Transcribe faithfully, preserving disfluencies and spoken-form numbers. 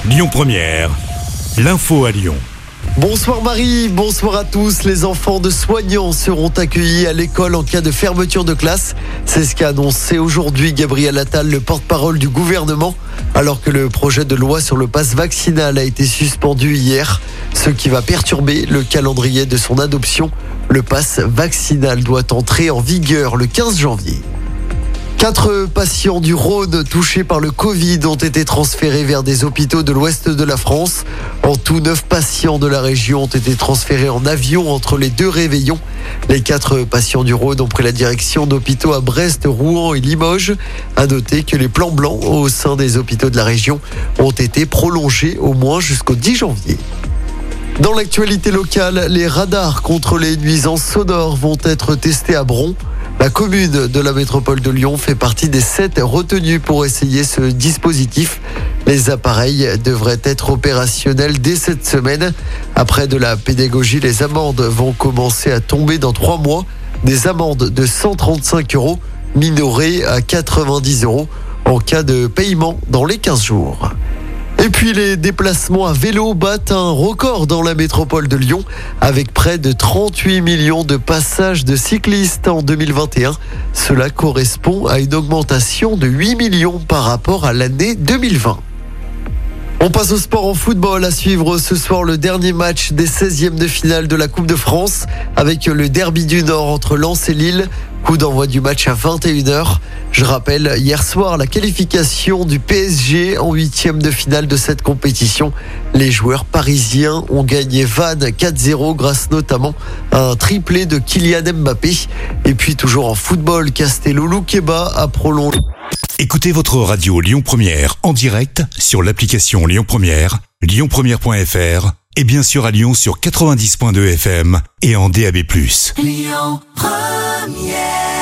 Lyon Première, l'info à Lyon. Bonsoir Marie, bonsoir à tous. Les enfants de soignants seront accueillis à l'école en cas de fermeture de classe. C'est ce qu'a annoncé aujourd'hui Gabriel Attal, le porte-parole du gouvernement, alors que le projet de loi sur le pass vaccinal a été suspendu hier, ce qui va perturber le calendrier de son adoption. Le pass vaccinal doit entrer en vigueur le quinze janvier. Quatre patients du Rhône touchés par le Covid ont été transférés vers des hôpitaux de l'ouest de la France. En tout, neuf patients de la région ont été transférés en avion entre les deux réveillons. Les quatre patients du Rhône ont pris la direction d'hôpitaux à Brest, Rouen et Limoges. À noter que les plans blancs au sein des hôpitaux de la région ont été prolongés au moins jusqu'au dix janvier. Dans l'actualité locale, les radars contre les nuisances sonores vont être testés à Bron. La commune de la métropole de Lyon fait partie des sept retenues pour essayer ce dispositif. Les appareils devraient être opérationnels dès cette semaine. Après de la pédagogie, les amendes vont commencer à tomber dans trois mois. Des amendes de cent trente-cinq euros, minorées à quatre-vingt-dix euros en cas de paiement dans les quinze jours. Et puis les déplacements à vélo battent un record dans la métropole de Lyon avec près de trente-huit millions de passages de cyclistes en deux mille vingt et un. Cela correspond à une augmentation de huit millions par rapport à l'année deux mille vingt. On passe au sport en football. À suivre ce soir le dernier match des seizièmes de finale de la Coupe de France avec le derby du Nord entre Lens et Lille. Coup d'envoi du match à vingt et une heures. Je rappelle, hier soir, la qualification du P S G en huitième de finale de cette compétition. Les joueurs parisiens ont gagné Vannes quatre zéro grâce notamment à un triplé de Kylian Mbappé. Et puis toujours en football, Castello Luqueba a prolongé. Écoutez votre radio Lyon Première en direct sur l'application Lyon Première, lyon première point f r et bien sûr à Lyon sur quatre-vingt-dix virgule deux F M et en D A B plus. Lyon Première.